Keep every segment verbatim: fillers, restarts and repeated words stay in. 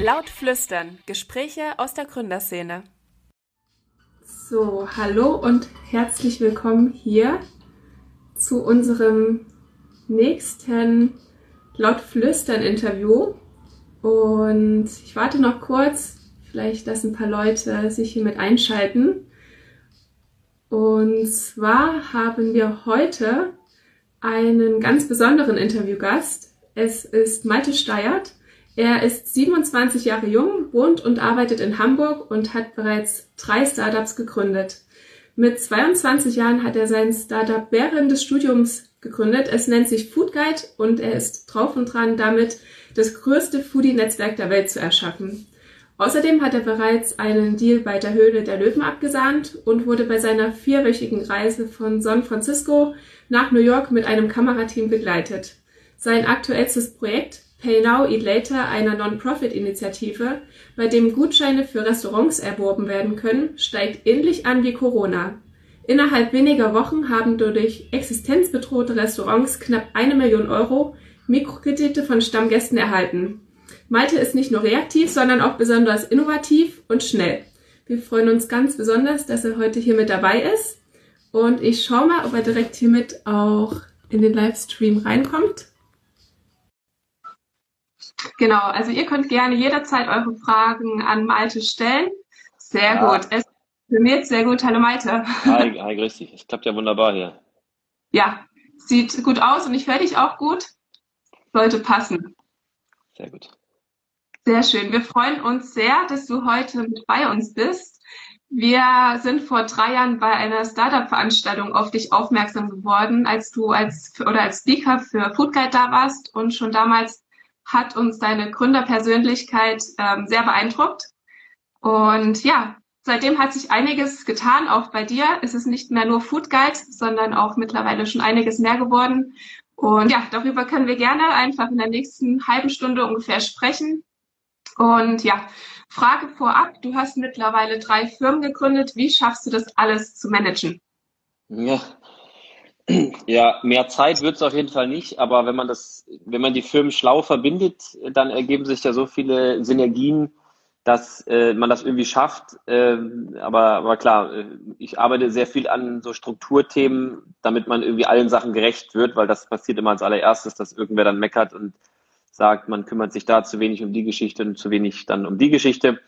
Laut flüstern. Gespräche aus der Gründerszene. So, hallo und herzlich willkommen hier zu unserem nächsten Laut flüstern Interview. Und ich warte noch kurz, vielleicht lassen ein paar Leute sich hier mit einschalten. Und zwar haben wir heute einen ganz besonderen Interviewgast. Es ist Malte Steiert. Er ist siebenundzwanzig Jahre jung, wohnt und arbeitet in Hamburg und hat bereits drei Startups gegründet. Mit zweiundzwanzig Jahren hat er sein Startup während des Studiums gegründet. Es nennt sich Foodguide und er ist drauf und dran, damit das größte Foodie-Netzwerk der Welt zu erschaffen. Außerdem hat er bereits einen Deal bei der Höhle der Löwen abgesahnt und wurde bei seiner vierwöchigen Reise von San Francisco nach New York mit einem Kamerateam begleitet. Sein aktuellstes Projekt, Pay Now, Eat Later, einer Non-Profit-Initiative, bei dem Gutscheine für Restaurants erworben werden können, steigt ähnlich an wie Corona. Innerhalb weniger Wochen haben durch existenzbedrohte Restaurants knapp eine Million Euro Mikrokredite von Stammgästen erhalten. Malte ist nicht nur reaktiv, sondern auch besonders innovativ und schnell. Wir freuen uns ganz besonders, dass er heute hier mit dabei ist. Und ich schaue mal, ob er direkt hiermit auch in den Livestream reinkommt. Genau, also ihr könnt gerne jederzeit eure Fragen an Malte stellen. Sehr ja. gut. Es funktioniert sehr gut. Hallo Malte. Hi, hi, grüß dich. Es klappt ja wunderbar hier. Ja, sieht gut aus und ich höre dich auch gut. Sollte passen. Sehr gut. Sehr schön. Wir freuen uns sehr, dass du heute mit bei uns bist. Wir sind vor drei Jahren bei einer Startup-Veranstaltung auf dich aufmerksam geworden, als du als oder als Speaker für Foodguide da warst. Und schon damals hat uns deine Gründerpersönlichkeit ähm, sehr beeindruckt. Und ja, seitdem hat sich einiges getan, auch bei dir. Es ist nicht mehr nur Foodguide, sondern auch mittlerweile schon einiges mehr geworden. Und ja, darüber können wir gerne einfach in der nächsten halben Stunde ungefähr sprechen. Und ja, Frage vorab, du hast mittlerweile drei Firmen gegründet. Wie schaffst du das alles zu managen? Ja, ja mehr Zeit wird es auf jeden Fall nicht, aber wenn man das, wenn man die Firmen schlau verbindet, dann ergeben sich ja so viele Synergien, dass äh, man das irgendwie schafft. Äh, aber, aber klar, ich arbeite sehr viel an so Strukturthemen, damit man irgendwie allen Sachen gerecht wird, weil das passiert immer als allererstes, dass irgendwer dann meckert und sagt, man kümmert sich da zu wenig um die Geschichte und zu wenig dann um die Geschichte.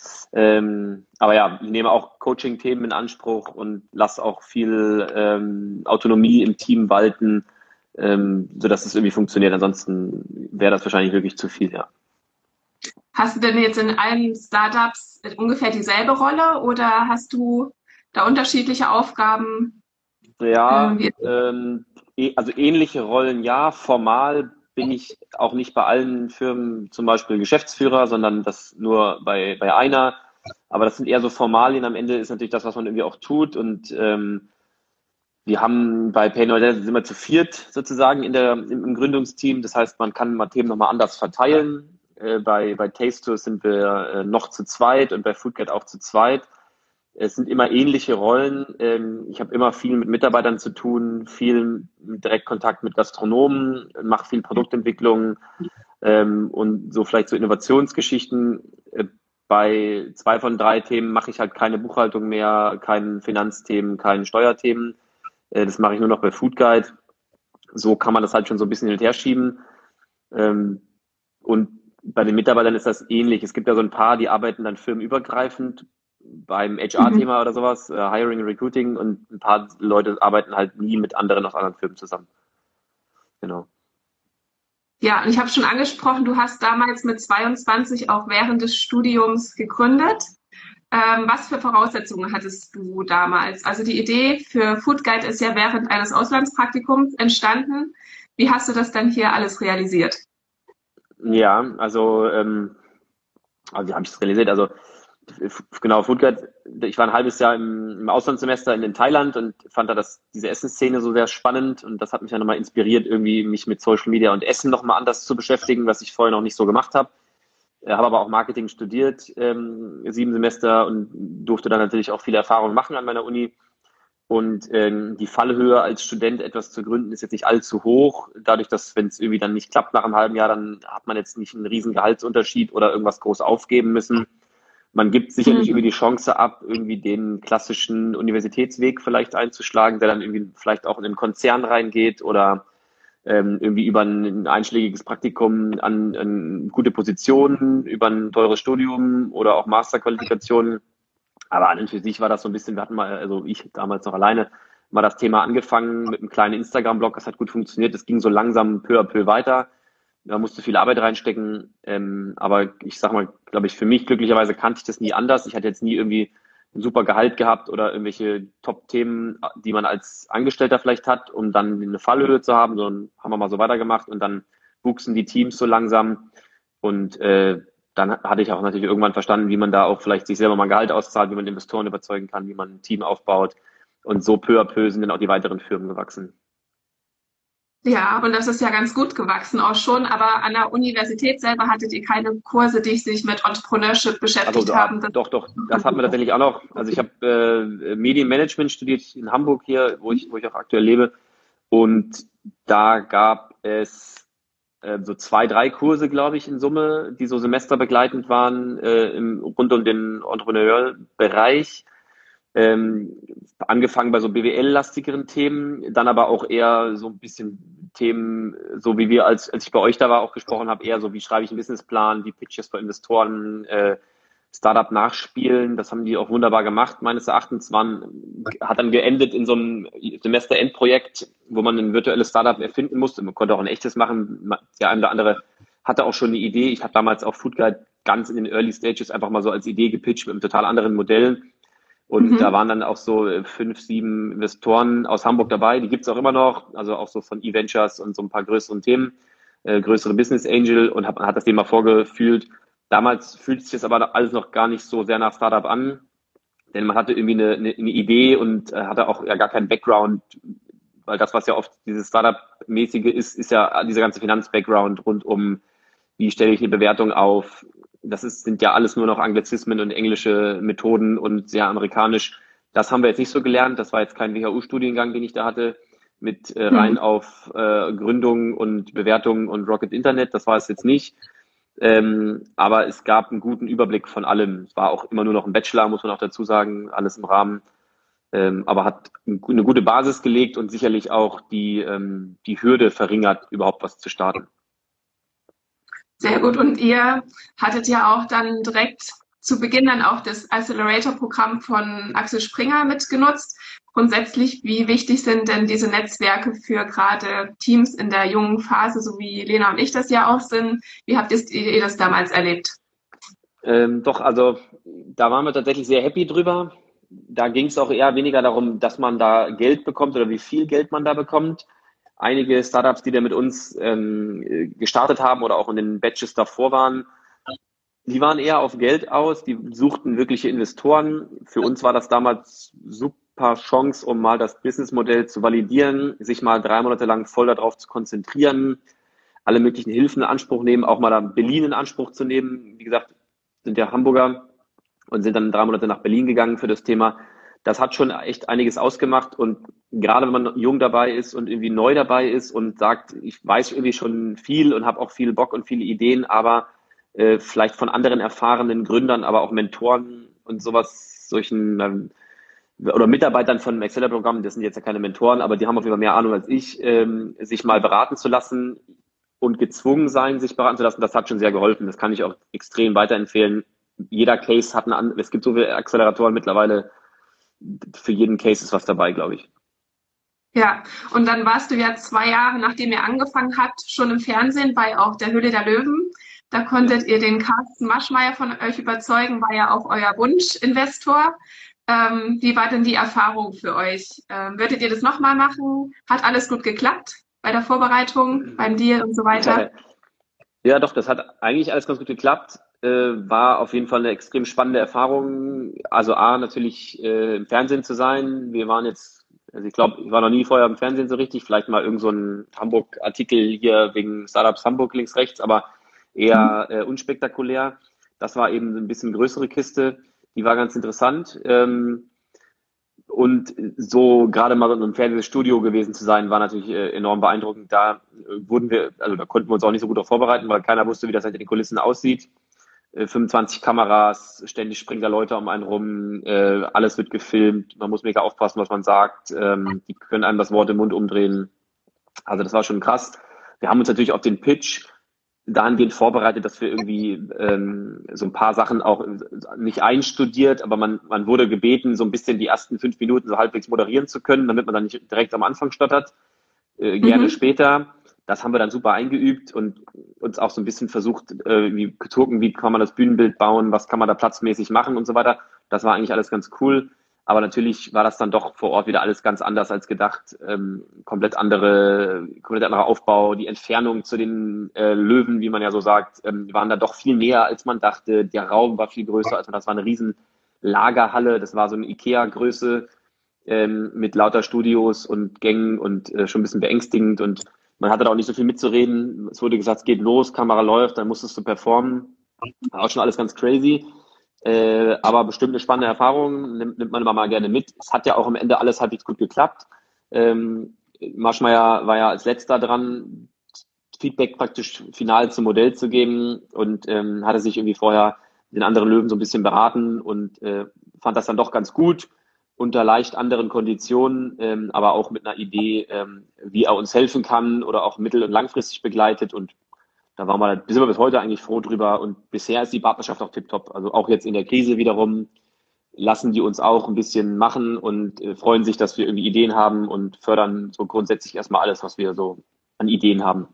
Ähm, aber ja, ich nehme auch Coaching-Themen in Anspruch und lasse auch viel ähm, Autonomie im Team walten, ähm, sodass es irgendwie funktioniert. Ansonsten wäre das wahrscheinlich wirklich zu viel, ja. Hast du denn jetzt in allen Startups ungefähr dieselbe Rolle oder hast du da unterschiedliche Aufgaben? Ja, ähm, also ähnliche Rollen, ja. Formal bin ich auch nicht bei allen Firmen zum Beispiel Geschäftsführer, sondern das nur bei, bei einer. Aber das sind eher so Formalien. Am Ende ist natürlich das, was man irgendwie auch tut. Und ähm, wir haben bei Pay Now sind wir zu viert sozusagen in der, im, im Gründungsteam. Das heißt, man kann mal Themen nochmal anders verteilen. Äh, bei, bei Taste sind wir äh, noch zu zweit und bei Foodguide auch zu zweit. Es sind immer ähnliche Rollen. Ähm, ich habe immer viel mit Mitarbeitern zu tun, viel Direktkontakt mit Gastronomen, mache viel Produktentwicklung ähm, und so vielleicht so Innovationsgeschichten. Äh, bei zwei von drei Themen mache ich halt keine Buchhaltung mehr, keine Finanzthemen, keine Steuerthemen. Äh, das mache ich nur noch bei Foodguide. So kann man das halt schon so ein bisschen hin und her schieben. Ähm, und bei den Mitarbeitern ist das ähnlich. Es gibt ja so ein paar, die arbeiten dann firmenübergreifend beim H R-Thema mhm. oder sowas, äh, Hiring, Recruiting, und ein paar Leute arbeiten halt nie mit anderen aus anderen Firmen zusammen. Genau. Ja, und ich habe schon angesprochen, du hast damals mit zweiundzwanzig auch während des Studiums gegründet. Ähm, was für Voraussetzungen hattest du damals? Also die Idee für Foodguide ist ja während eines Auslandspraktikums entstanden. Wie hast du das dann hier alles realisiert? Ja, also, ähm, also wie habe ich das realisiert? Also genau, Foodguide, ich war ein halbes Jahr im, im Auslandssemester in, in Thailand und fand da das, diese Essensszene so sehr spannend, und das hat mich ja nochmal inspiriert, irgendwie mich mit Social Media und Essen nochmal anders zu beschäftigen, was ich vorher noch nicht so gemacht habe. Ich habe aber auch Marketing studiert, ähm, sieben Semester, und durfte dann natürlich auch viele Erfahrungen machen an meiner Uni. Und ähm, die Fallhöhe als Student etwas zu gründen ist jetzt nicht allzu hoch. Dadurch, dass wenn es irgendwie dann nicht klappt nach einem halben Jahr, dann hat man jetzt nicht einen riesen Gehaltsunterschied oder irgendwas groß aufgeben müssen. Man gibt sicherlich Mhm. irgendwie die Chance ab, irgendwie den klassischen Universitätsweg vielleicht einzuschlagen, der dann irgendwie vielleicht auch in den Konzern reingeht oder ähm, irgendwie über ein, ein einschlägiges Praktikum an, an gute Positionen, über ein teures Studium oder auch Masterqualifikationen. Aber an und für sich war das so ein bisschen, wir hatten mal, also ich damals noch alleine, mal das Thema angefangen mit einem kleinen Instagram-Blog, das hat gut funktioniert, es ging so langsam peu à peu weiter. Da musste viel Arbeit reinstecken, ähm, aber ich sag mal, glaube ich, für mich glücklicherweise kannte ich das nie anders. Ich hatte jetzt nie irgendwie ein super Gehalt gehabt oder irgendwelche Top-Themen, die man als Angestellter vielleicht hat, um dann eine Fallhöhe zu haben, sondern haben wir mal so weitergemacht und dann wuchsen die Teams so langsam und äh, dann hatte ich auch natürlich irgendwann verstanden, wie man da auch vielleicht sich selber mal ein Gehalt auszahlt, wie man Investoren überzeugen kann, wie man ein Team aufbaut und so peu à peu sind dann auch die weiteren Firmen gewachsen. Ja, und das ist ja ganz gut gewachsen auch schon, aber an der Universität selber hattet ihr keine Kurse, die sich mit Entrepreneurship Also beschäftigt da, haben. Das doch, doch, das hatten wir tatsächlich auch noch. Also ich habe äh, Medienmanagement studiert in Hamburg hier, wo ich, wo ich auch aktuell lebe. Und da gab es äh, so zwei, drei Kurse, glaube ich, in Summe, die so semesterbegleitend waren, äh, im, rund um den Entrepreneurial-Bereich. Ähm, angefangen bei so B W L-lastigeren Themen, dann aber auch eher so ein bisschen Themen, so wie wir, als, als ich bei euch da war, auch gesprochen habe, eher so, wie schreibe ich einen Businessplan, wie Pitches für Investoren, äh, Startup nachspielen. Das haben die auch wunderbar gemacht, meines Erachtens. Waren, hat dann geendet in so einem Semester-Endprojekt, wo man ein virtuelles Startup erfinden musste. Man konnte auch ein echtes machen. Der eine oder andere hatte auch schon eine Idee. Ich habe damals auch Food Guide ganz in den Early Stages einfach mal so als Idee gepitcht mit einem total anderen Modell. Und Mhm. da waren dann auch so fünf, sieben Investoren aus Hamburg dabei. Die gibt's auch immer noch, also auch so von E-Ventures und so ein paar größeren Themen, äh, größere Business Angel und hat, hat das dem mal vorgefühlt. Damals fühlt sich das aber alles noch gar nicht so sehr nach Startup an, denn man hatte irgendwie eine, eine, eine Idee und äh, hatte auch ja gar keinen Background, weil das, was ja oft dieses Startup-mäßige ist, ist ja dieser ganze Finanz-Background rund um, wie stelle ich eine Bewertung auf. Das ist, sind ja alles nur noch Anglizismen und englische Methoden und sehr amerikanisch. Das haben wir jetzt nicht so gelernt. Das war jetzt kein W H U-Studiengang, den ich da hatte, mit äh, rein Mhm. auf äh, Gründung und Bewertung und Rocket Internet. Das war es jetzt nicht. Ähm, aber es gab einen guten Überblick von allem. Es war auch immer nur noch ein Bachelor, muss man auch dazu sagen, alles im Rahmen. Ähm, aber hat eine gute Basis gelegt und sicherlich auch die, ähm, die Hürde verringert, überhaupt was zu starten. Sehr gut. Und ihr hattet ja auch dann direkt zu Beginn dann auch das Accelerator-Programm von Axel Springer mitgenutzt. Grundsätzlich, wie wichtig sind denn diese Netzwerke für gerade Teams in der jungen Phase, so wie Lena und ich das ja auch sind? Wie habt ihr, ihr das damals erlebt? Ähm, doch, also da waren wir tatsächlich sehr happy drüber. Da ging es auch eher weniger darum, dass man da Geld bekommt oder wie viel Geld man da bekommt. Einige Startups, die da mit uns ähm, gestartet haben oder auch in den Batches davor waren, die waren eher auf Geld aus, die suchten wirkliche Investoren. Für uns war das damals super Chance, um mal das Businessmodell zu validieren, sich mal drei Monate lang voll darauf zu konzentrieren, alle möglichen Hilfen in Anspruch nehmen, auch mal da Berlin in Anspruch zu nehmen. Wie gesagt, sind ja Hamburger und sind dann drei Monate nach Berlin gegangen für das Thema. Das hat schon echt einiges ausgemacht und gerade wenn man jung dabei ist und irgendwie neu dabei ist und sagt, ich weiß irgendwie schon viel und habe auch viel Bock und viele Ideen, aber äh, vielleicht von anderen erfahrenen Gründern, aber auch Mentoren und sowas, solchen ähm, oder Mitarbeitern von einem Accelerator-Programm, das sind jetzt ja keine Mentoren, aber die haben auf jeden Fall mehr Ahnung als ich, ähm, sich mal beraten zu lassen und gezwungen sein, sich beraten zu lassen, das hat schon sehr geholfen. Das kann ich auch extrem weiterempfehlen. Jeder Case hat eine, es gibt so viele Acceleratoren mittlerweile, für jeden Case ist was dabei, glaube ich. Ja, und dann warst du ja zwei Jahre, nachdem ihr angefangen habt, schon im Fernsehen bei auch der Höhle der Löwen. Da Ja. konntet ihr den Carsten Maschmeyer von euch überzeugen, war ja auch euer Wunschinvestor. Ähm, wie war denn die Erfahrung für euch? Ähm, würdet ihr das nochmal machen? Hat alles gut geklappt bei der Vorbereitung, beim Deal und so weiter? Ja, doch, das hat eigentlich alles ganz gut geklappt. Äh, war auf jeden Fall eine extrem spannende Erfahrung. Also A, natürlich äh, im Fernsehen zu sein. Wir waren jetzt, also ich glaube, ich war noch nie vorher im Fernsehen so richtig. Vielleicht mal irgend so ein Hamburg-Artikel hier wegen Startups Hamburg links, rechts, aber eher äh, unspektakulär. Das war eben ein bisschen größere Kiste. Die war ganz interessant. Ähm, Und so gerade mal in einem Fernsehstudio gewesen zu sein, war natürlich äh, enorm beeindruckend. Da äh, wurden wir, also da konnten wir uns auch nicht so gut darauf vorbereiten, weil keiner wusste, wie das hinter den Kulissen aussieht. Äh, fünfundzwanzig Kameras, ständig springen da Leute um einen rum, äh, alles wird gefilmt, man muss mega aufpassen, was man sagt. Ähm, die können einem das Wort im Mund umdrehen. Also das war schon krass. Wir haben uns natürlich auf den Pitch dahingehend vorbereitet, dass wir irgendwie ähm, so ein paar Sachen auch nicht einstudiert, aber man, man wurde gebeten, so ein bisschen die ersten fünf Minuten so halbwegs moderieren zu können, damit man dann nicht direkt am Anfang stottert, äh, gerne Mhm. später. Das haben wir dann super eingeübt und uns auch so ein bisschen versucht, äh, wie gucken, wie kann man das Bühnenbild bauen, was kann man da platzmäßig machen und so weiter. Das war eigentlich alles ganz cool. Aber natürlich war das dann doch vor Ort wieder alles ganz anders als gedacht. Ähm, komplett andere, komplett anderer Aufbau. Die Entfernung zu den äh, Löwen, wie man ja so sagt, ähm, waren da doch viel näher, als man dachte. Der Raum war viel größer, als man das war eine riesen Lagerhalle. Das war so eine Ikea-Größe ähm, mit lauter Studios und Gängen und äh, schon ein bisschen beängstigend. Und man hatte da auch nicht so viel mitzureden. Es wurde gesagt, es geht los, Kamera läuft, dann musstest du performen. War auch schon alles ganz crazy. Äh, aber bestimmt eine spannende Erfahrung, nimmt, nimmt man immer mal gerne mit. Es hat ja auch am Ende alles halbwegs gut geklappt. Ähm, Maschmeyer war ja als letzter dran, Feedback praktisch final zum Modell zu geben und ähm, hatte sich irgendwie vorher den anderen Löwen so ein bisschen beraten und äh, fand das dann doch ganz gut, unter leicht anderen Konditionen, ähm, aber auch mit einer Idee, ähm, wie er uns helfen kann oder auch mittel- und langfristig begleitet. Und da waren wir, sind wir bis heute eigentlich froh drüber. Und bisher ist die Partnerschaft auch tipptopp. Also auch jetzt in der Krise wiederum lassen die uns auch ein bisschen machen und äh, freuen sich, dass wir irgendwie Ideen haben und fördern so grundsätzlich erstmal alles, was wir so an Ideen haben.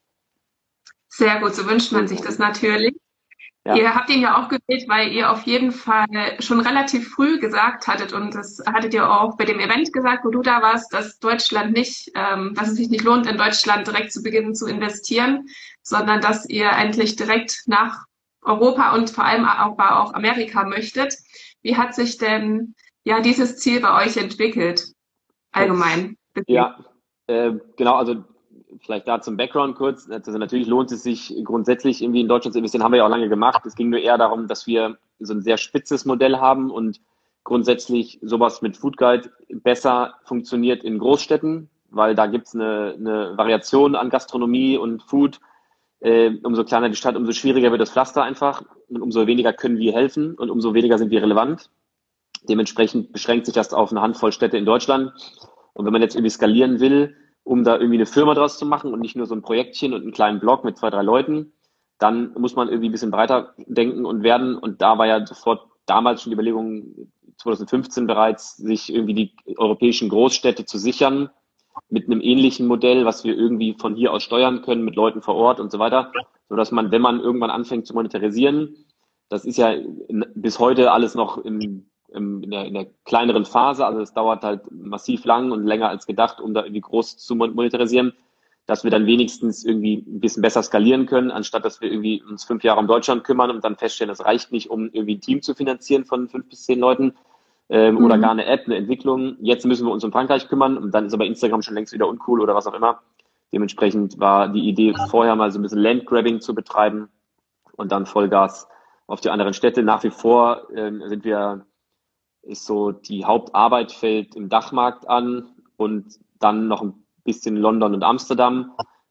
Sehr gut, so wünscht man sich das natürlich. Ja, Ihr habt ihn ja auch gewählt, weil ihr auf jeden Fall schon relativ früh gesagt hattet, und das hattet ihr auch bei dem Event gesagt, wo du da warst, dass Deutschland nicht, ähm, dass es sich nicht lohnt, in Deutschland direkt zu beginnen zu investieren, sondern dass ihr eigentlich direkt nach Europa und vor allem auch, auch Amerika möchtet. Wie hat sich denn ja dieses Ziel bei euch entwickelt, allgemein? ja, äh, genau, also vielleicht da zum Background kurz. Also natürlich lohnt es sich grundsätzlich irgendwie in Deutschland zu investieren, haben wir ja auch lange gemacht. Es ging nur eher darum, dass wir so ein sehr spitzes Modell haben und grundsätzlich sowas mit Food Guide besser funktioniert in Großstädten, weil da gibt's eine, eine Variation an Gastronomie und Food. Äh, umso kleiner die Stadt, umso schwieriger wird das Pflaster einfach und umso weniger können wir helfen und umso weniger sind wir relevant. Dementsprechend beschränkt sich das auf eine Handvoll Städte in Deutschland. Und wenn man jetzt irgendwie skalieren will, um da irgendwie eine Firma draus zu machen und nicht nur so ein Projektchen und einen kleinen Blog mit zwei, drei Leuten, dann muss man irgendwie ein bisschen breiter denken und werden. Und da war ja sofort damals schon die Überlegung, zwanzig fünfzehn bereits, sich irgendwie die europäischen Großstädte zu sichern mit einem ähnlichen Modell, was wir irgendwie von hier aus steuern können, mit Leuten vor Ort und so weiter, sodass man, wenn man irgendwann anfängt zu monetarisieren, das ist ja bis heute alles noch im in der, in der kleineren Phase, also es dauert halt massiv lang und länger als gedacht, um da irgendwie groß zu monetarisieren, dass wir dann wenigstens irgendwie ein bisschen besser skalieren können, anstatt dass wir irgendwie uns fünf Jahre um Deutschland kümmern und dann feststellen, das reicht nicht, um irgendwie ein Team zu finanzieren von fünf bis zehn Leuten ähm, mhm. oder gar eine App, eine Entwicklung. Jetzt müssen wir uns um Frankreich kümmern und dann ist aber Instagram schon längst wieder uncool oder was auch immer. Dementsprechend war die Idee, vorher mal so ein bisschen Landgrabbing zu betreiben und dann Vollgas auf die anderen Städte. Nach wie vor ähm, sind wir ist so, die Hauptarbeit fällt im Dachmarkt an und dann noch ein bisschen London und Amsterdam.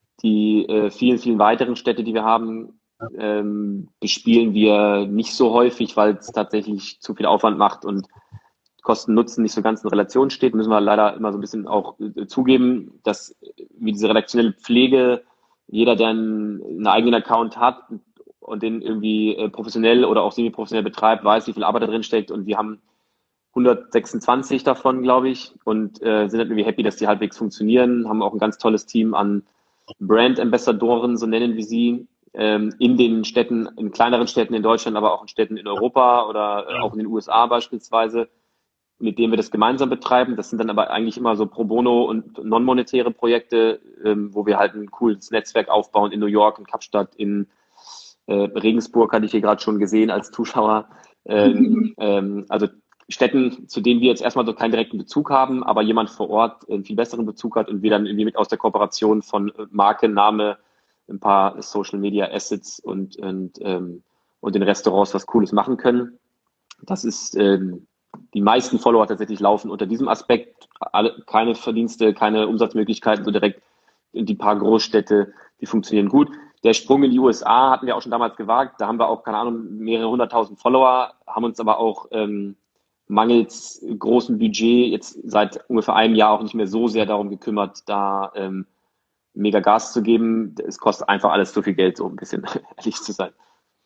Die äh, vielen, vielen weiteren Städte, die wir haben, ähm, bespielen wir nicht so häufig, weil es tatsächlich zu viel Aufwand macht und Kosten-Nutzen nicht so ganz in Relation steht. Müssen wir leider immer so ein bisschen auch äh, zugeben, dass wie diese redaktionelle Pflege, jeder, der einen, einen eigenen Account hat und den irgendwie äh, professionell oder auch semi-professionell betreibt, weiß, wie viel Arbeit da drin steckt und wir haben hundertsechsundzwanzig davon, glaube ich, und äh, sind halt irgendwie happy, dass die halbwegs funktionieren, haben auch ein ganz tolles Team an Brand-Ambassadoren, so nennen wir sie, ähm, in den Städten, in kleineren Städten in Deutschland, aber auch in Städten in Europa oder äh, auch in den U S A beispielsweise, mit denen wir das gemeinsam betreiben. Das sind dann aber eigentlich immer so pro bono und non-monetäre Projekte, ähm, wo wir halt ein cooles Netzwerk aufbauen in New York, in Kapstadt, in äh, Regensburg, hatte ich hier gerade schon gesehen als Zuschauer. Ähm, ähm, also Städten, zu denen wir jetzt erstmal so keinen direkten Bezug haben, aber jemand vor Ort einen viel besseren Bezug hat und wir dann irgendwie mit aus der Kooperation von Marke, Name, ein paar Social Media Assets und, und, ähm, und den Restaurants was Cooles machen können. Das ist ähm, die meisten Follower tatsächlich laufen unter diesem Aspekt. Alle, keine Verdienste, keine Umsatzmöglichkeiten, so direkt in die paar Großstädte, die funktionieren gut. Der Sprung in die U S A hatten wir auch schon damals gewagt. Da haben wir auch, keine Ahnung, mehrere hunderttausend Follower, haben uns aber auch ähm, mangels großem Budget jetzt seit ungefähr einem Jahr auch nicht mehr so sehr darum gekümmert, da ähm, mega Gas zu geben. Es kostet einfach alles so viel Geld, so ein bisschen ehrlich zu sein.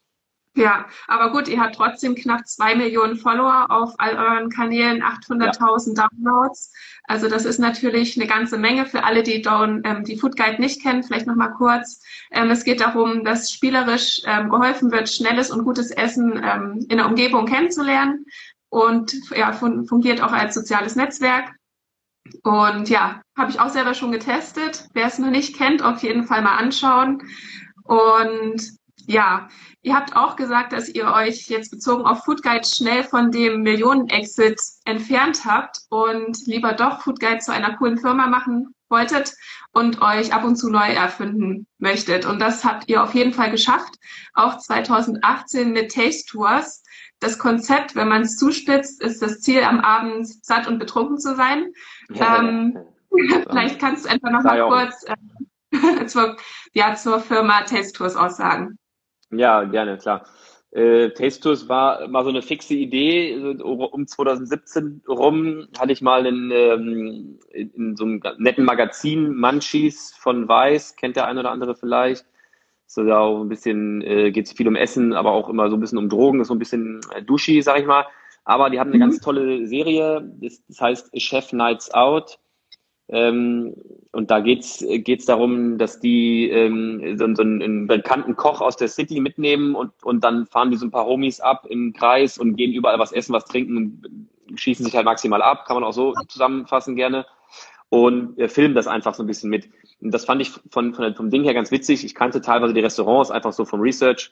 Ja, aber gut, ihr habt trotzdem knapp zwei Millionen Follower auf all euren Kanälen, achthunderttausend ja. Downloads. Also das ist natürlich eine ganze Menge für alle, die Down, ähm, die Food Guide nicht kennen. Vielleicht noch mal kurz. Ähm, es geht darum, dass spielerisch ähm, geholfen wird, schnelles und gutes Essen ähm, in der Umgebung kennenzulernen und ja, fun fungiert auch als soziales Netzwerk. Und ja, habe ich auch selber schon getestet. Wer es noch nicht kennt, auf jeden Fall mal anschauen. Und ja, ihr habt auch gesagt, dass ihr euch jetzt bezogen auf Food Guide schnell von dem Millionen-Exit entfernt habt und lieber doch Food Guide zu einer coolen Firma machen wolltet und euch ab und zu neu erfinden möchtet. Und das habt ihr auf jeden Fall geschafft. Auch zweitausendachtzehn mit Taste Tours. Das Konzept, wenn man es zuspitzt, ist das Ziel, am Abend satt und betrunken zu sein. Ja, ähm, ja. Vielleicht kannst du einfach noch mal kurz äh, zur, ja, zur Firma Taste Tours aussagen. Ja, gerne, klar. Äh, Taste Tours war mal so eine fixe Idee. Um zweitausendsiebzehn rum hatte ich mal in, ähm, in so einem netten Magazin, Munchies von Weiß, kennt der ein oder andere vielleicht. So da auch ein bisschen, äh, geht es viel um Essen, aber auch immer so ein bisschen um Drogen, ist so ein bisschen äh, duschi, sag ich mal. Aber die haben eine mhm. ganz tolle Serie, das, das heißt Chef Nights Out. Ähm, und da geht's geht's darum, dass die ähm, so, so einen, einen bekannten Koch aus der City mitnehmen und und dann fahren die so ein paar Homies ab im Kreis und gehen überall was essen, was trinken, schießen sich halt maximal ab, kann man auch so zusammenfassen gerne und äh, filmen das einfach so ein bisschen mit. Und das fand ich von, von vom Ding her ganz witzig. Ich kannte teilweise die Restaurants einfach so vom Research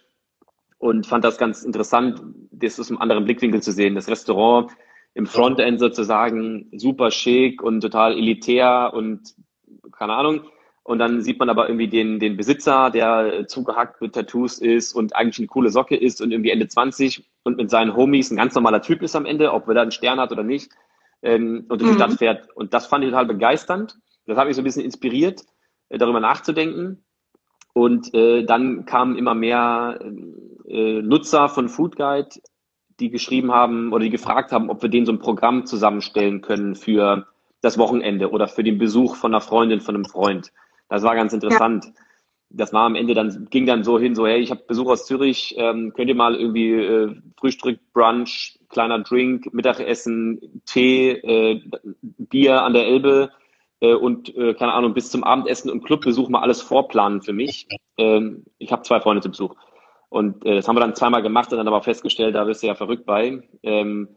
und fand das ganz interessant, das aus einem anderen Blickwinkel zu sehen. Das Restaurant im Frontend sozusagen super schick und total elitär und keine Ahnung. Und dann sieht man aber irgendwie den, den Besitzer, der zugehackt mit Tattoos ist und eigentlich eine coole Socke ist und irgendwie Ende zwanzig und mit seinen Homies ein ganz normaler Typ ist am Ende, ob er da einen Stern hat oder nicht, ähm, und durch die Stadt fährt. Und das fand ich total begeisternd. Das hat mich so ein bisschen inspiriert, äh, darüber nachzudenken. Und äh, dann kamen immer mehr äh, Nutzer von Food Guide, die geschrieben haben oder die gefragt haben, ob wir denen so ein Programm zusammenstellen können für das Wochenende oder für den Besuch von einer Freundin, von einem Freund. Das war ganz interessant. Ja. Das war am Ende dann, ging dann so hin, so, hey, ich habe Besuch aus Zürich, ähm, könnt ihr mal irgendwie äh, Frühstück, Brunch, kleiner Drink, Mittagessen, Tee, äh, Bier an der Elbe äh, und, äh, keine Ahnung, bis zum Abendessen und Clubbesuch mal alles vorplanen für mich. Ähm, ich habe zwei Freunde zu Besuch. Und äh, das haben wir dann zweimal gemacht und dann aber festgestellt, da wirst du ja verrückt bei. Ähm,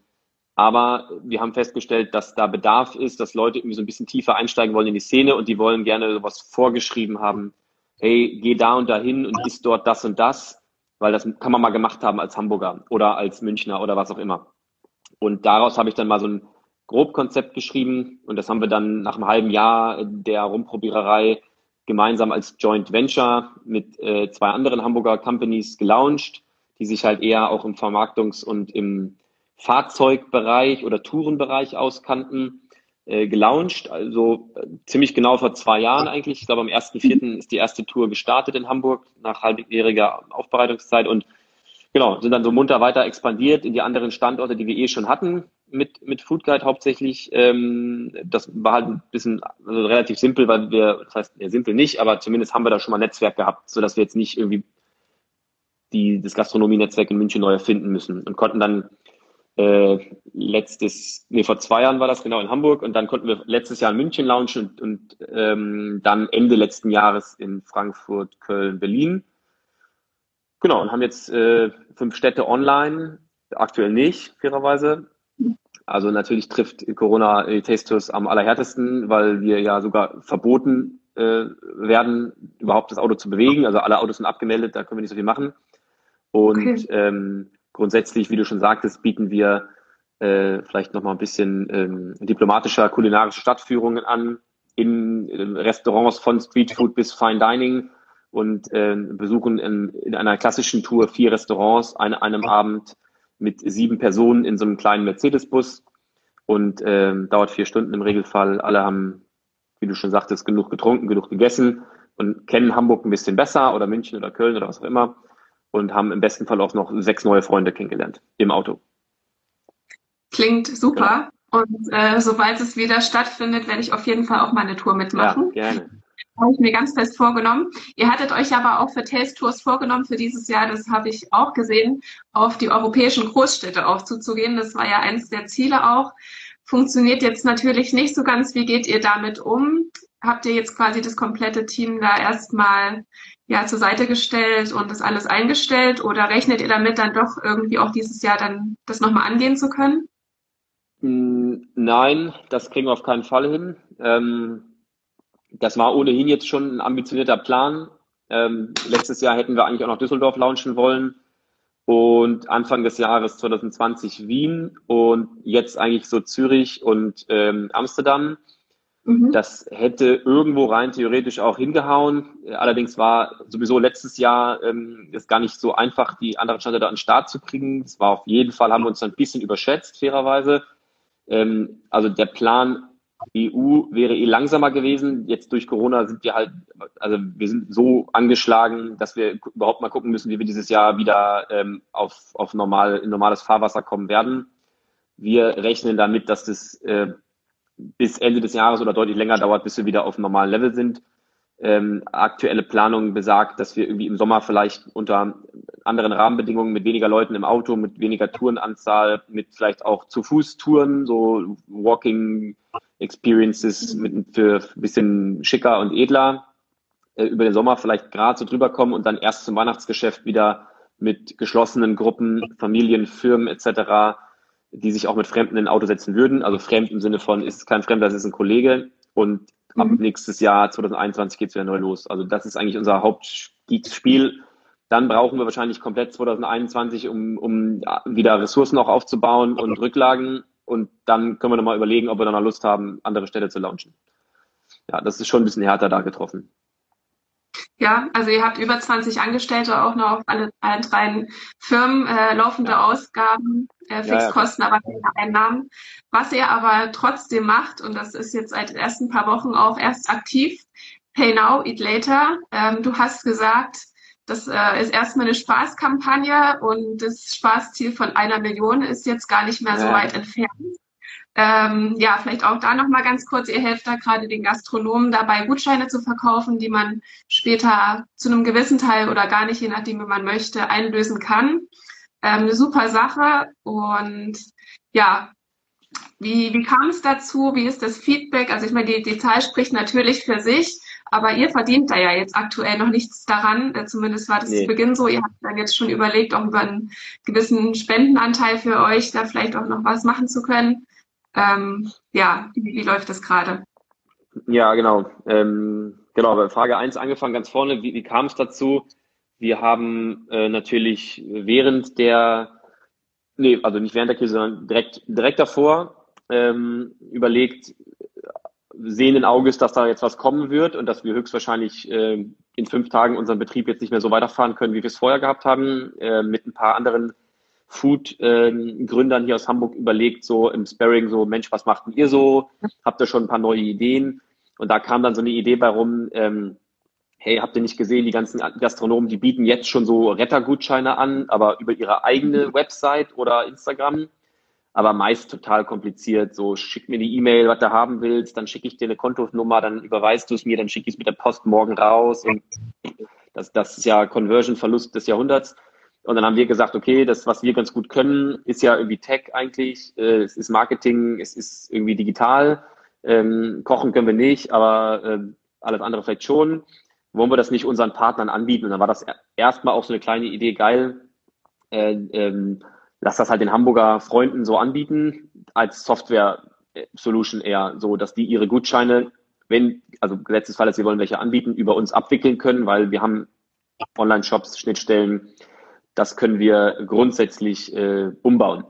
aber wir haben festgestellt, dass da Bedarf ist, dass Leute irgendwie so ein bisschen tiefer einsteigen wollen in die Szene und die wollen gerne sowas vorgeschrieben haben. Hey, geh da und dahin und isst dort das und das, weil das kann man mal gemacht haben als Hamburger oder als Münchner oder was auch immer. Und daraus habe ich dann mal so ein Grobkonzept geschrieben und das haben wir dann nach einem halben Jahr der Rumprobiererei gemeinsam als Joint Venture mit äh, zwei anderen Hamburger Companies gelauncht, die sich halt eher auch im Vermarktungs- und im Fahrzeugbereich oder Tourenbereich auskannten, äh, gelauncht. Also äh, ziemlich genau vor zwei Jahren eigentlich. Ich glaube, am ersten vierten ist die erste Tour gestartet in Hamburg nach halbjähriger Aufbereitungszeit und genau, sind dann so munter weiter expandiert in die anderen Standorte, die wir eh schon hatten mit mit Food Guide hauptsächlich. Ähm, das war halt ein bisschen also relativ simpel, weil wir, das heißt ja, simpel nicht, aber zumindest haben wir da schon mal ein Netzwerk gehabt, sodass wir jetzt nicht irgendwie die das Gastronomie-Netzwerk in München neu erfinden müssen und konnten dann äh, letztes, nee, vor zwei Jahren war das genau in Hamburg und dann konnten wir letztes Jahr in München launchen und, und ähm, dann Ende letzten Jahres in Frankfurt, Köln, Berlin. Genau, und haben jetzt äh, fünf Städte online, aktuell nicht, fairerweise. Also natürlich trifft Corona die Taste Tours am allerhärtesten, weil wir ja sogar verboten äh, werden, überhaupt das Auto zu bewegen. Also alle Autos sind abgemeldet, da können wir nicht so viel machen. Und okay. ähm, grundsätzlich, wie du schon sagtest, bieten wir äh, vielleicht nochmal ein bisschen ähm, diplomatischer kulinarische Stadtführungen an, in äh, Restaurants von Streetfood bis Fine Dining. Und äh, besuchen in, in einer klassischen Tour vier Restaurants an einem Abend mit sieben Personen in so einem kleinen Mercedes-Bus und ähm, dauert vier Stunden im Regelfall. Alle haben, wie du schon sagtest, genug getrunken, genug gegessen und kennen Hamburg ein bisschen besser oder München oder Köln oder was auch immer und haben im besten Fall auch noch sechs neue Freunde kennengelernt im Auto. Klingt super. Genau. Und äh, sobald es wieder stattfindet, werde ich auf jeden Fall auch mal eine Tour mitmachen. Ja, gerne. Habe ich mir ganz fest vorgenommen. Ihr hattet euch aber auch für Taste Tours vorgenommen für dieses Jahr, das habe ich auch gesehen, auf die europäischen Großstädte auch zuzugehen. Das war ja eines der Ziele auch. Funktioniert jetzt natürlich nicht so ganz. Wie geht ihr damit um? Habt ihr jetzt quasi das komplette Team da erstmal ja zur Seite gestellt und das alles eingestellt? Oder rechnet ihr damit dann doch irgendwie auch dieses Jahr dann das nochmal angehen zu können? Nein, das kriegen wir auf keinen Fall hin. Ähm, das war ohnehin jetzt schon ein ambitionierter Plan. Ähm, letztes Jahr hätten wir eigentlich auch noch Düsseldorf launchen wollen und Anfang des Jahres zwanzig zwanzig Wien und jetzt eigentlich so Zürich und ähm, Amsterdam. Mhm. Das hätte irgendwo rein theoretisch auch hingehauen. Allerdings war sowieso letztes Jahr ähm, es gar nicht so einfach, die anderen Standorte an den Start zu kriegen. Das war auf jeden Fall, haben wir uns ein bisschen überschätzt, fairerweise. Ähm, also der Plan E U wäre eh langsamer gewesen. Jetzt durch Corona sind wir halt, also wir sind so angeschlagen, dass wir überhaupt mal gucken müssen, wie wir dieses Jahr wieder ähm, auf, auf normal, in normales Fahrwasser kommen werden. Wir rechnen damit, dass das äh, bis Ende des Jahres oder deutlich länger dauert, bis wir wieder auf einem normalen Level sind. Ähm, aktuelle Planung besagt, dass wir irgendwie im Sommer vielleicht unter anderen Rahmenbedingungen mit weniger Leuten im Auto, mit weniger Tourenanzahl, mit vielleicht auch zu Fuß Touren, so Walking Experiences mit, für ein bisschen schicker und edler, äh, über den Sommer vielleicht gerade so drüber kommen und dann erst zum Weihnachtsgeschäft wieder mit geschlossenen Gruppen, Familien, Firmen et cetera, die sich auch mit Fremden in ein Auto setzen würden. Also fremd im Sinne von, ist kein Fremder, das ist ein Kollege. Und ab mhm. nächstes Jahr, zwanzig einundzwanzig, geht's wieder neu los. Also das ist eigentlich unser Hauptspiel. Dann brauchen wir wahrscheinlich komplett zwanzig einundzwanzig, um, um wieder Ressourcen auch aufzubauen und Rücklagen. Und dann können wir nochmal überlegen, ob wir dann noch Lust haben, andere Städte zu launchen. Ja, das ist schon ein bisschen härter da getroffen. Ja, also ihr habt über zwanzig Angestellte auch noch auf alle, allen drei Firmen, äh, laufende ja. Ausgaben, äh, Fixkosten, ja, ja. aber keine Einnahmen. Was ihr aber trotzdem macht, und das ist jetzt seit den ersten paar Wochen auch erst aktiv, Pay Now, Eat Later. Ähm, du hast gesagt, das äh, ist erstmal eine Spaßkampagne und das Spaßziel von einer Million ist jetzt gar nicht mehr so ja. weit entfernt. Ähm, ja, vielleicht auch da nochmal ganz kurz, ihr helft da gerade den Gastronomen dabei, Gutscheine zu verkaufen, die man später zu einem gewissen Teil oder gar nicht, je nachdem, wie man möchte, einlösen kann. Ähm, eine super Sache und ja, wie, wie kam es dazu? Wie ist das Feedback? Also ich meine, die, die Zahl spricht natürlich für sich, aber ihr verdient da ja jetzt aktuell noch nichts daran. Äh, zumindest war das nee. zu Beginn so. Ihr habt dann jetzt schon überlegt, auch über einen gewissen Spendenanteil für euch da vielleicht auch noch was machen zu können. Ähm, ja, wie, wie läuft das gerade? Ja, genau. Ähm, genau, bei Frage eins angefangen, ganz vorne. Wie, wie kam es dazu? Wir haben äh, natürlich während der, nee, also nicht während der Krise, sondern direkt, direkt davor ähm, überlegt, sehenden Auges, dass da jetzt was kommen wird und dass wir höchstwahrscheinlich äh, in fünf Tagen unseren Betrieb jetzt nicht mehr so weiterfahren können, wie wir es vorher gehabt haben, äh, mit ein paar anderen Food-Gründern hier aus Hamburg überlegt, so im Sparring, so Mensch, was macht denn ihr so? Habt ihr schon ein paar neue Ideen? Und da kam dann so eine Idee bei rum, ähm, hey, habt ihr nicht gesehen, die ganzen Gastronomen, die bieten jetzt schon so Rettergutscheine an, aber über ihre eigene Website oder Instagram, aber meist total kompliziert, so schick mir die E-Mail, was du haben willst, dann schicke ich dir eine Kontonummer, dann überweist du es mir, dann schicke ich es mit der Post morgen raus und das, das ist ja Conversion-Verlust des Jahrhunderts. Und dann haben wir gesagt, okay, das, was wir ganz gut können, ist ja irgendwie Tech eigentlich, äh, es ist Marketing, es ist irgendwie digital, ähm, kochen können wir nicht, aber äh, alles andere vielleicht schon. Wollen wir das nicht unseren Partnern anbieten? Und dann war das erstmal auch so eine kleine Idee, geil, äh, ähm, lass das halt den Hamburger Freunden so anbieten, als Software-Solution eher, so dass die ihre Gutscheine, wenn, also Gesetzesfall ist, wir wollen welche anbieten, über uns abwickeln können, weil wir haben Online-Shops, Schnittstellen, das können wir grundsätzlich äh, umbauen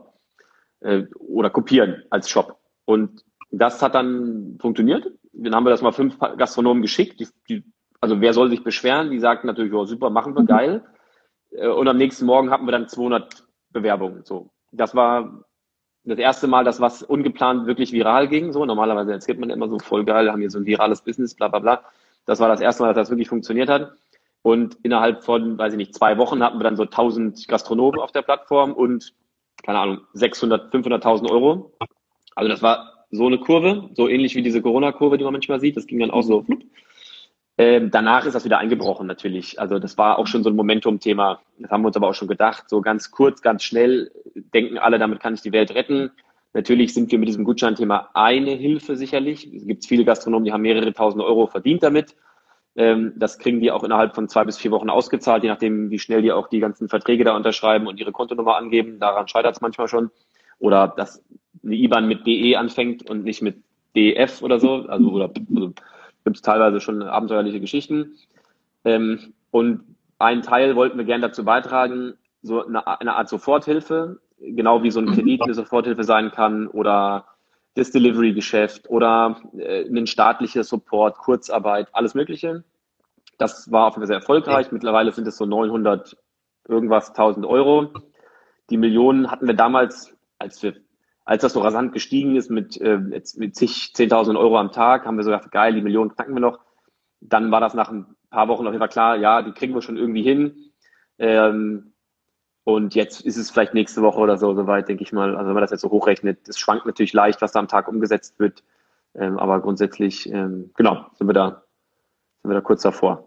äh, oder kopieren als Shop. Und das hat dann funktioniert. Dann haben wir das mal fünf Gastronomen geschickt. Die, die, also wer soll sich beschweren? Die sagten natürlich, oh, super, machen wir, geil. Äh, und am nächsten Morgen hatten wir dann zweihundert Bewerbungen. So. das war das erste Mal, dass was ungeplant wirklich viral ging. So, normalerweise erzählt man immer so voll geil, wir haben hier so ein virales Business, bla bla bla. Das war das erste Mal, dass das wirklich funktioniert hat. Und innerhalb von, weiß ich nicht, zwei Wochen hatten wir dann so tausend Gastronomen auf der Plattform und, keine Ahnung, sechshundert, fünfhunderttausend Euro. Also das war so eine Kurve, so ähnlich wie diese Corona-Kurve, die man manchmal sieht. Das ging dann auch so. Ähm, danach ist das wieder eingebrochen natürlich. Also das war auch schon so ein Momentum-Thema. Das haben wir uns aber auch schon gedacht. So ganz kurz, ganz schnell denken alle, damit kann ich die Welt retten. Natürlich sind wir mit diesem Gutscheinthema eine Hilfe sicherlich. Es gibt viele Gastronomen, die haben mehrere tausend Euro verdient damit. Ähm, das kriegen die auch innerhalb von zwei bis vier Wochen ausgezahlt, je nachdem, wie schnell die auch die ganzen Verträge da unterschreiben und ihre Kontonummer angeben. Daran scheitert es manchmal schon. Oder dass eine I B A N mit D E anfängt und nicht mit D F oder so. Also, oder, also gibt es teilweise schon abenteuerliche Geschichten. Ähm, und einen Teil wollten wir gerne dazu beitragen, so eine, eine Art Soforthilfe, genau wie so ein Kredit eine Soforthilfe sein kann oder das Delivery-Geschäft oder äh, ein staatlicher Support, Kurzarbeit, alles Mögliche. Das war auf jeden Fall sehr erfolgreich. Mittlerweile sind es so neunhundert irgendwas tausend Euro. Die Millionen hatten wir damals, als wir, als das so rasant gestiegen ist mit, äh, mit zig, zehntausend Euro am Tag, haben wir so gedacht, geil, die Millionen knacken wir noch. Dann war das nach ein paar Wochen auf jeden Fall klar, ja, die kriegen wir schon irgendwie hin. Ähm, und jetzt ist es vielleicht nächste Woche oder so, soweit, denke ich mal. Also wenn man das jetzt so hochrechnet, es schwankt natürlich leicht, was da am Tag umgesetzt wird. Ähm, aber grundsätzlich, ähm, genau, sind wir da, sind wir da kurz davor.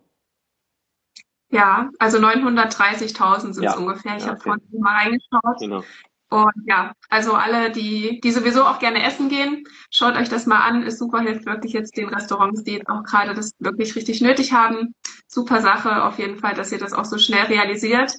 Ja, also neunhundertdreißigtausend sind es Ja. ungefähr. Ich Ja, habe okay. vorhin mal reingeschaut. Genau. Und ja, also alle, die, die sowieso auch gerne essen gehen, schaut euch das mal an. Ist super, hilft wirklich jetzt den Restaurants, die jetzt auch gerade das wirklich richtig nötig haben. Super Sache auf jeden Fall, dass ihr das auch so schnell realisiert.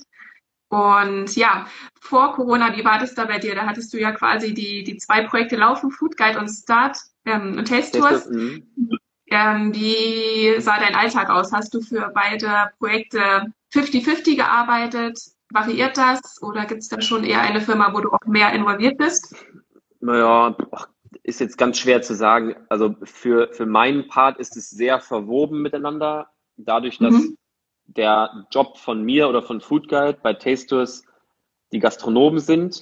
Und ja, vor Corona, wie war das da bei dir? Da hattest du ja quasi die, die zwei Projekte laufen, Food Guide und Start ähm, und Taste Tours. Mhm. Ähm, wie sah dein Alltag aus? Hast du für beide Projekte fünfzig fünfzig gearbeitet? Variiert das? Oder gibt es da schon eher eine Firma, wo du auch mehr involviert bist? Naja, ach, ist jetzt ganz schwer zu sagen. Also für, für meinen Part ist es sehr verwoben miteinander. Dadurch, dass Mhm. der Job von mir oder von Food Guide bei Taste Tours die Gastronomen sind,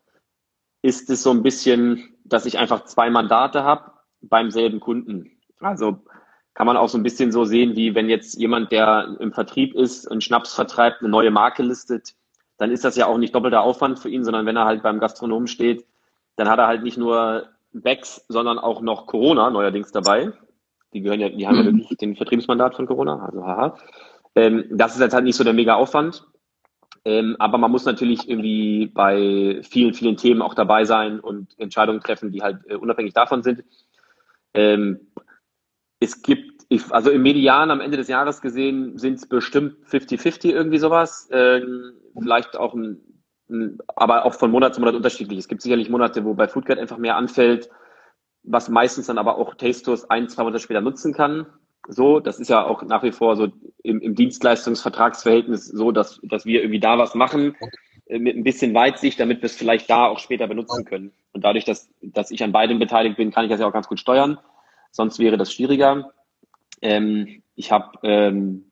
ist es so ein bisschen, dass ich einfach zwei Mandate habe beim selben Kunden. Also kann man auch so ein bisschen so sehen, wie wenn jetzt jemand, der im Vertrieb ist und Schnaps vertreibt, eine neue Marke listet, dann ist das ja auch nicht doppelter Aufwand für ihn, sondern wenn er halt beim Gastronomen steht, dann hat er halt nicht nur Becks, sondern auch noch Corona neuerdings dabei. Die gehören ja, die haben ja wirklich den Vertriebsmandat von Corona, also haha. Ähm, das ist jetzt halt nicht so der mega Aufwand. Ähm, aber man muss natürlich irgendwie bei vielen, vielen Themen auch dabei sein und Entscheidungen treffen, die halt äh, unabhängig davon sind. Ähm, es gibt, ich, also im Median am Ende des Jahres gesehen, sind es bestimmt fünfzig fünfzig irgendwie sowas. Ähm, vielleicht auch ein, ein, aber auch von Monat zu Monat unterschiedlich. Es gibt sicherlich Monate, wo bei Food Guide einfach mehr anfällt, was meistens dann aber auch Taste Tours ein, zwei Monate später nutzen kann. So, das ist ja auch nach wie vor so im, im Dienstleistungsvertragsverhältnis so, dass, dass wir irgendwie da was machen äh, mit ein bisschen Weitsicht, damit wir es vielleicht da auch später benutzen können. Und dadurch, dass, dass ich an beidem beteiligt bin, kann ich das ja auch ganz gut steuern. Sonst wäre das schwieriger. Ähm, ich habe ähm,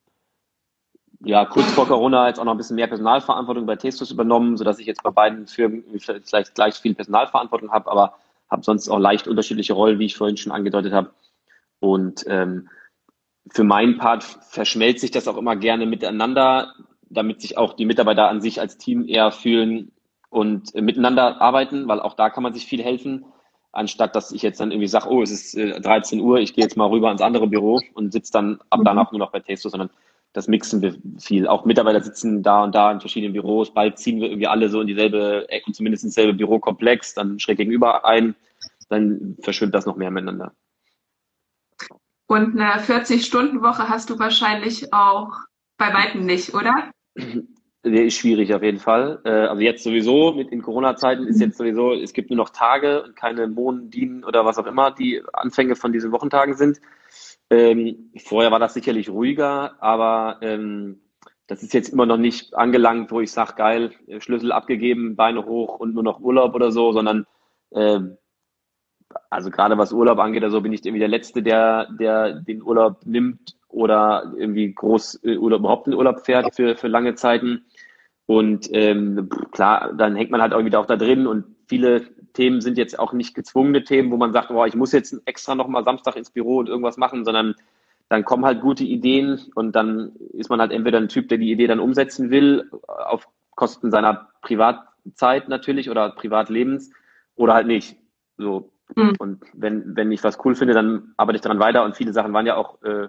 ja kurz vor Corona jetzt auch noch ein bisschen mehr Personalverantwortung bei Taste Tours übernommen, sodass ich jetzt bei beiden Firmen vielleicht gleich viel Personalverantwortung habe, aber habe sonst auch leicht unterschiedliche Rollen, wie ich vorhin schon angedeutet habe. Und ähm, für meinen Part verschmelzt sich das auch immer gerne miteinander, damit sich auch die Mitarbeiter an sich als Team eher fühlen und äh, miteinander arbeiten, weil auch da kann man sich viel helfen, anstatt dass ich jetzt dann irgendwie sage, oh, es ist äh, dreizehn Uhr, ich gehe jetzt mal rüber ins andere Büro und sitze dann ab danach nur noch bei Taste Tours, sondern das mixen wir viel. Auch Mitarbeiter sitzen da und da in verschiedenen Büros, bald ziehen wir irgendwie alle so in dieselbe, zumindest ins selbe Bürokomplex, dann schräg gegenüber ein, dann verschwimmt das noch mehr miteinander. Und eine vierzig-Stunden-Woche hast du wahrscheinlich auch bei weitem nicht, oder? Der ist schwierig auf jeden Fall. Also jetzt sowieso, mit in Corona-Zeiten ist jetzt sowieso, es gibt nur noch Tage und keine Mondinen oder was auch immer, die Anfänge von diesen Wochentagen sind. Ähm, vorher war das sicherlich ruhiger, aber ähm, das ist jetzt immer noch nicht angelangt, wo ich sage, geil, Schlüssel abgegeben, Beine hoch und nur noch Urlaub oder so, sondern ähm, also gerade was Urlaub angeht, also bin ich irgendwie der Letzte, der, der den Urlaub nimmt oder irgendwie groß Urlaub überhaupt in Urlaub fährt für, für lange Zeiten. Und ähm, klar, dann hängt man halt auch wieder auch da drin und viele Themen sind jetzt auch nicht gezwungene Themen, wo man sagt, boah, ich muss jetzt extra nochmal Samstag ins Büro und irgendwas machen, sondern dann kommen halt gute Ideen und dann ist man halt entweder ein Typ, der die Idee dann umsetzen will, auf Kosten seiner Privatzeit natürlich oder Privatlebens oder halt nicht. So. Mhm. Und wenn, wenn ich was cool finde, dann arbeite ich daran weiter und viele Sachen waren ja auch, äh,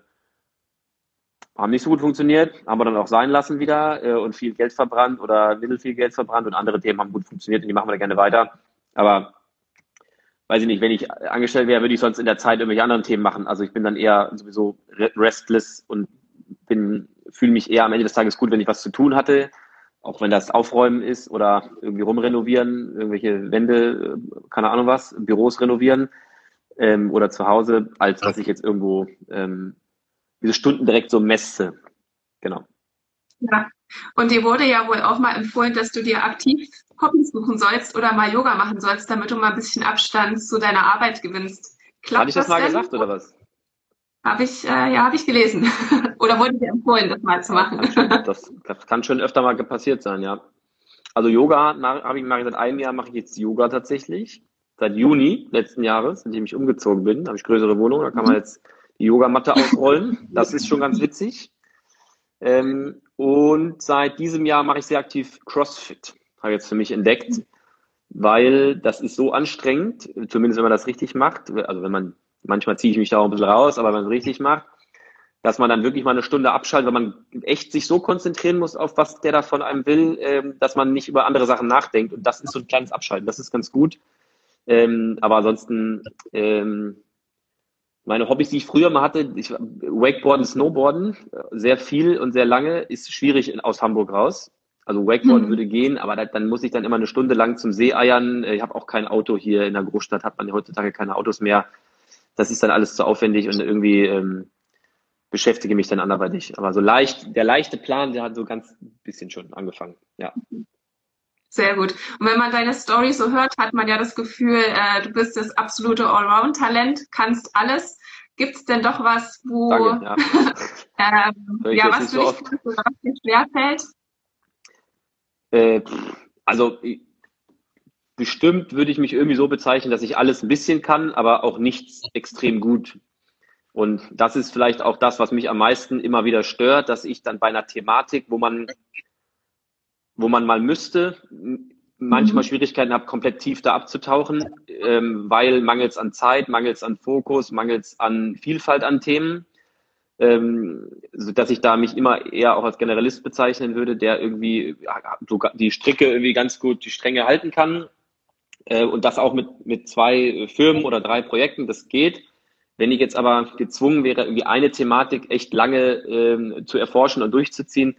haben nicht so gut funktioniert, haben wir dann auch sein lassen wieder äh, und viel Geld verbrannt oder mittel viel Geld verbrannt und andere Themen haben gut funktioniert und die machen wir dann gerne weiter. Aber weiß ich nicht, wenn ich angestellt wäre, würde ich sonst in der Zeit irgendwelche anderen Themen machen. Also ich bin dann eher sowieso restless und bin, fühle mich eher am Ende des Tages gut, wenn ich was zu tun hatte, auch wenn das Aufräumen ist oder irgendwie rumrenovieren, irgendwelche Wände, keine Ahnung was, Büros renovieren ähm, oder zu Hause, als dass ich jetzt irgendwo ähm, diese Stunden direkt so messe. Genau. Ja. Und dir wurde ja wohl auch mal empfohlen, dass du dir aktiv Hobbys suchen sollst oder mal Yoga machen sollst, damit du mal ein bisschen Abstand zu deiner Arbeit gewinnst. Klappt Hatte ich das das mal denn? gesagt oder was? Habe ich, äh, ja, habe ich gelesen. Oder wurde dir empfohlen, das mal zu Ja, machen? kann schon, das, das kann schon öfter mal passiert sein, ja. Also Yoga habe ich mache ich seit einem Jahr mache ich jetzt Yoga tatsächlich. Seit Juni letzten Jahres, in dem ich umgezogen bin, habe ich größere Wohnung, da kann man jetzt die Yogamatte ausrollen. Das ist schon ganz witzig. Ähm, und seit diesem Jahr mache ich sehr aktiv CrossFit. Habe ich jetzt für mich entdeckt, weil das ist so anstrengend, zumindest wenn man das richtig macht. Also wenn man, manchmal ziehe ich mich da auch ein bisschen raus, aber wenn man es richtig macht, dass man dann wirklich mal eine Stunde abschaltet, weil man echt sich so konzentrieren muss auf was der da von einem will, ähm, dass man nicht über andere Sachen nachdenkt. Und das ist so ein kleines Abschalten. Das ist ganz gut. Ähm, aber ansonsten, ähm, meine Hobbys, die ich früher mal hatte, ich, Wakeboarden, Snowboarden, sehr viel und sehr lange, ist schwierig in, aus Hamburg raus. Also Wakeboarden Mhm. würde gehen, aber da, dann muss ich dann immer eine Stunde lang zum See eiern. Ich habe auch kein Auto hier in der Großstadt, hat man ja heutzutage keine Autos mehr. Das ist dann alles zu aufwendig und irgendwie ähm, beschäftige mich dann anderweitig. Aber so leicht, der leichte Plan, der hat so ganz bisschen schon angefangen. Ja. Sehr gut. Und wenn man deine Story so hört, hat man ja das Gefühl, äh, du bist das absolute Allround-Talent, kannst alles. Gibt es denn doch was, wo, Danke, ja. ähm, Höre ich ja, jetzt was nicht für so dich oft. gut ist oder was dir schwerfällt? Äh, pff, also bestimmt würde ich mich irgendwie so bezeichnen, dass ich alles ein bisschen kann, aber auch nichts extrem gut. Und das ist vielleicht auch das, was mich am meisten immer wieder stört, dass ich dann bei einer Thematik, wo man, wo man mal müsste, manchmal Mhm. Schwierigkeiten habe, komplett tief da abzutauchen, ähm, weil mangels an Zeit, mangels an Fokus, mangels an Vielfalt an Themen, ähm, so dass ich da mich immer eher auch als Generalist bezeichnen würde, der irgendwie ja, sogar die Stricke irgendwie ganz gut die Stränge halten kann. Äh, und das auch mit, mit zwei Firmen oder drei Projekten, das geht. Wenn ich jetzt aber gezwungen wäre, irgendwie eine Thematik echt lange ähm, zu erforschen und durchzuziehen,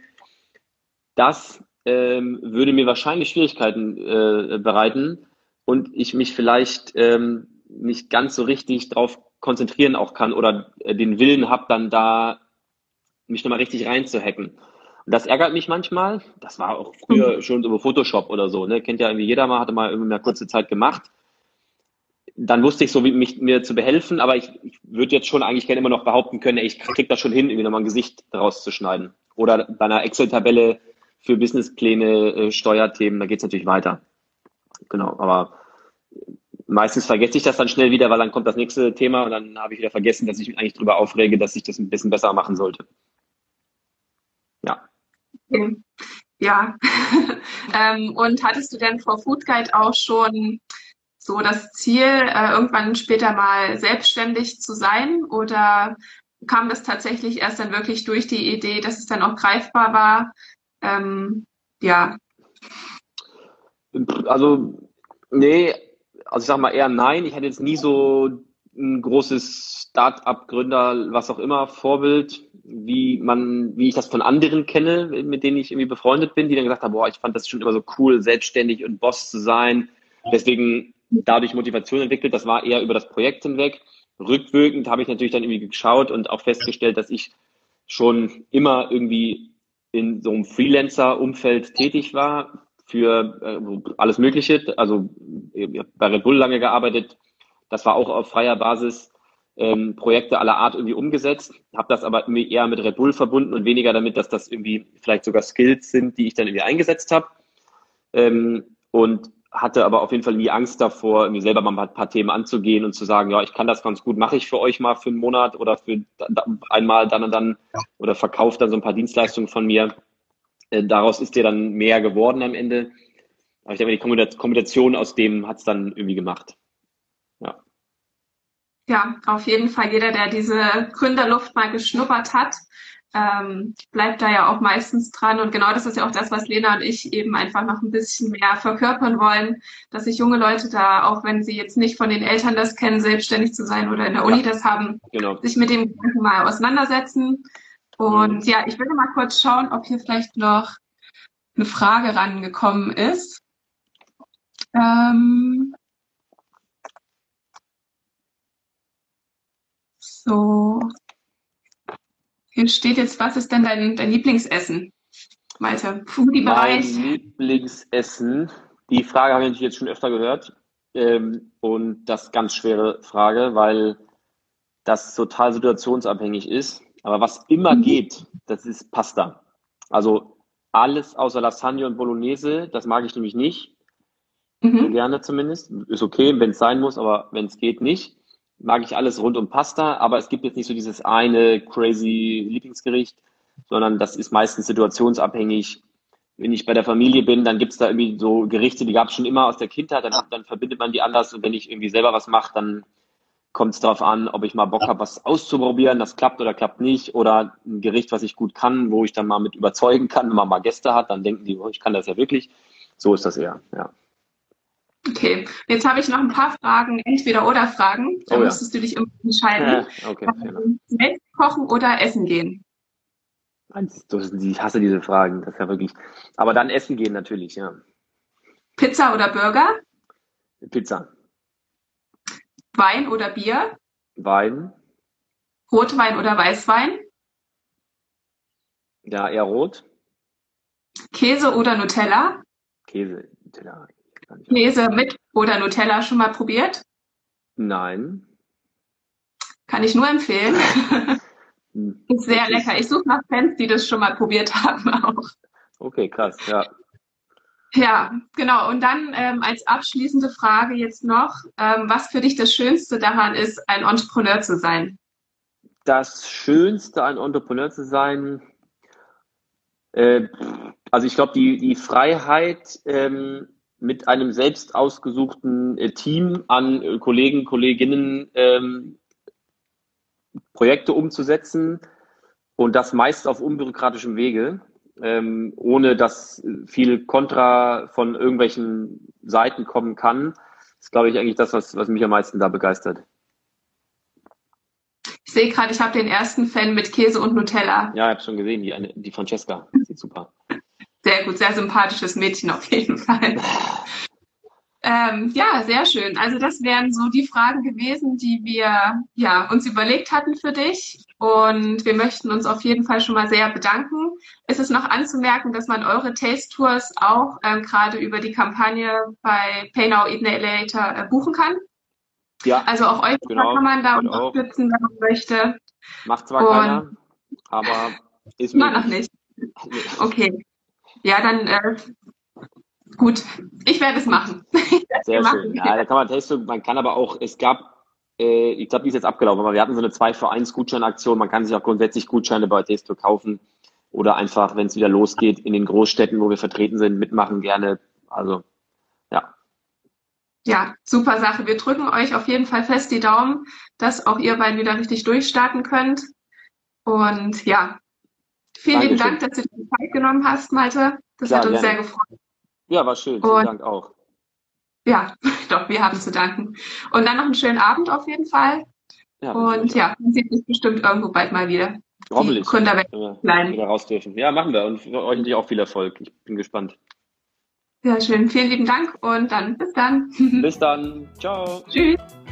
das ähm, würde mir wahrscheinlich Schwierigkeiten äh, bereiten und ich mich vielleicht ähm, nicht ganz so richtig darauf konzentrieren auch kann oder äh, den Willen habe, dann da mich nochmal richtig reinzuhacken. Und das ärgert mich manchmal. Das war auch früher schon über Photoshop oder so. Ne? Kennt ja irgendwie jeder mal, hatte mal irgendwie eine kurze Zeit gemacht. Dann wusste ich so, wie mich mir zu behelfen, aber ich, ich würde jetzt schon eigentlich gerne immer noch behaupten können, ey, ich krieg das schon hin, irgendwie nochmal ein Gesicht daraus zu schneiden. Oder bei einer Excel-Tabelle für Businesspläne, äh, Steuerthemen, da geht's natürlich weiter. Genau, aber meistens vergesse ich das dann schnell wieder, weil dann kommt das nächste Thema und dann habe ich wieder vergessen, dass ich mich eigentlich drüber aufrege, dass ich das ein bisschen besser machen sollte. Ja. Okay. Ja. ähm, und hattest du denn vor Food Guide auch schon so das Ziel, äh, irgendwann später mal selbstständig zu sein? Oder kam das tatsächlich erst dann wirklich durch die Idee, dass es dann auch greifbar war? Ähm, ja. Also, nee, also ich sag mal eher nein. Ich hatte jetzt nie so ein großes Start-up-Gründer, was auch immer, Vorbild, wie man, wie ich das von anderen kenne, mit denen ich irgendwie befreundet bin, die dann gesagt haben, boah, ich fand das schon immer so cool, selbstständig und Boss zu sein. Deswegen dadurch Motivation entwickelt. Das war eher über das Projekt hinweg. Rückwirkend habe ich natürlich dann irgendwie geschaut und auch festgestellt, dass ich schon immer irgendwie in so einem Freelancer-Umfeld tätig war für äh, alles Mögliche. Also ich habe bei Red Bull lange gearbeitet. Das war auch auf freier Basis. ähm, Projekte aller Art irgendwie umgesetzt, habe das aber irgendwie eher mit Red Bull verbunden und weniger damit, dass das irgendwie vielleicht sogar Skills sind, die ich dann irgendwie eingesetzt habe. Ähm, und hatte aber auf jeden Fall nie Angst davor, irgendwie selber mal ein paar Themen anzugehen und zu sagen, ja, ich kann das ganz gut, mache ich für euch mal für einen Monat oder für einmal dann und dann oder verkauft dann so ein paar Dienstleistungen von mir. Äh, daraus ist dir dann mehr geworden am Ende. Aber ich denke, die Kombination aus dem hat es dann irgendwie gemacht. Ja. Ja, auf jeden Fall. Jeder, der diese Gründerluft mal geschnuppert hat, ähm, bleibt da ja auch meistens dran. Und genau das ist ja auch das, was Lena und ich eben einfach noch ein bisschen mehr verkörpern wollen, dass sich junge Leute da, auch wenn sie jetzt nicht von den Eltern das kennen, selbstständig zu sein oder in der Uni Ja, das haben, genau. sich mit dem Gedanken mal auseinandersetzen. Und mhm. ja, ich will mal kurz schauen, ob hier vielleicht noch eine Frage rangekommen ist. Ähm, so. Hier steht jetzt, was ist denn dein, dein Lieblingsessen, Malte? Foodie-Bereich? Mein Lieblingsessen, die Frage habe ich natürlich jetzt schon öfter gehört. Ähm, und das ist eine ganz schwere Frage, weil das total situationsabhängig ist. Aber was immer mhm. geht, das ist Pasta. Also alles außer Lasagne und Bolognese, das mag ich nämlich nicht. Mhm. So gerne zumindest. Ist okay, wenn es sein muss, aber wenn es geht, nicht. Mag ich alles rund um Pasta, aber es gibt jetzt nicht so dieses eine crazy Lieblingsgericht, sondern das ist meistens situationsabhängig. Wenn ich bei der Familie bin, dann gibt's da irgendwie so Gerichte, die gab es schon immer aus der Kindheit, dann, dann verbindet man die anders. Und wenn ich irgendwie selber was mache, dann kommt es darauf an, ob ich mal Bock habe, was auszuprobieren, das klappt oder klappt nicht. Oder ein Gericht, was ich gut kann, wo ich dann mal mit überzeugen kann. Wenn man mal Gäste hat, dann denken die, oh, ich kann das ja wirklich. So ist das eher, ja. Okay, jetzt habe ich noch ein paar Fragen, Entweder-oder-Fragen. Da oh, ja. müsstest du dich immer entscheiden. Ja, okay, selbst kochen oder essen gehen? Ich hasse diese Fragen, das ist ja wirklich. Aber dann essen gehen natürlich, ja. Pizza oder Burger? Pizza. Wein oder Bier? Wein. Rotwein oder Weißwein? Ja, eher rot. Käse oder Nutella? Käse, Nutella. Käse mit oder Nutella schon mal probiert? Nein. Kann ich nur empfehlen. Ist sehr das lecker. Ist... Ich suche nach Fans, die das schon mal probiert haben auch. Okay, krass, ja. Ja, genau. Und dann ähm, als abschließende Frage jetzt noch, ähm, was für dich das Schönste daran ist, ein Entrepreneur zu sein? Das Schönste, ein Entrepreneur zu sein, äh, also ich glaube, die, die Freiheit, ähm, mit einem selbst ausgesuchten äh, Team an äh, Kollegen, Kolleginnen ähm, Projekte umzusetzen und das meist auf unbürokratischem Wege, ähm, ohne dass viel Kontra von irgendwelchen Seiten kommen kann. Das ist, glaube ich, eigentlich das, was, was mich am meisten da begeistert. Ich sehe gerade, ich habe den ersten Fan mit Käse und Nutella. Ja, ich habe schon gesehen, die, eine, die Francesca. Sieht super. Sehr gut, sehr sympathisches Mädchen auf jeden Fall. Ähm, ja, sehr schön. Also das wären so die Fragen gewesen, die wir ja, uns überlegt hatten für dich. Und wir möchten uns auf jeden Fall schon mal sehr bedanken. Es ist noch anzumerken, dass man eure Taste Tours auch ähm, gerade über die Kampagne bei Pay Now, Eat Later äh, buchen kann. Ja, also auch euch genau, kann man da unterstützen, wenn man möchte. Macht zwar Und keiner, aber ist immer noch nicht. Okay. Ja, dann äh, gut, ich werde es machen. Sehr schön. Ja, da kann man testen. Man kann aber auch, es gab, äh, ich glaube, die ist jetzt abgelaufen, aber wir hatten so eine zwei für eins Gutscheinaktion. Man kann sich auch grundsätzlich Gutscheine bei Tasto kaufen oder einfach, wenn es wieder losgeht, in den Großstädten, wo wir vertreten sind, mitmachen gerne. Also, ja. Ja, super Sache. Wir drücken euch auf jeden Fall fest die Daumen, dass auch ihr beiden wieder richtig durchstarten könnt. Und ja, vielen lieben Dank, dass du dir die Zeit genommen hast, Malte. Das Klar, hat uns gerne. sehr gefreut. Ja, war schön. Vielen Und, Dank auch. Ja, doch, wir haben zu danken. Und dann noch einen schönen Abend auf jeden Fall. Ja, Und ja, man sieht sich bestimmt irgendwo bald mal wieder. Hoffentlich. Gründer bleiben. Wieder raus dürfen. Ja, machen wir. Und für euch natürlich auch viel Erfolg. Ich bin gespannt. Sehr schön. Vielen lieben Dank und dann bis dann. Bis dann. Ciao. Tschüss.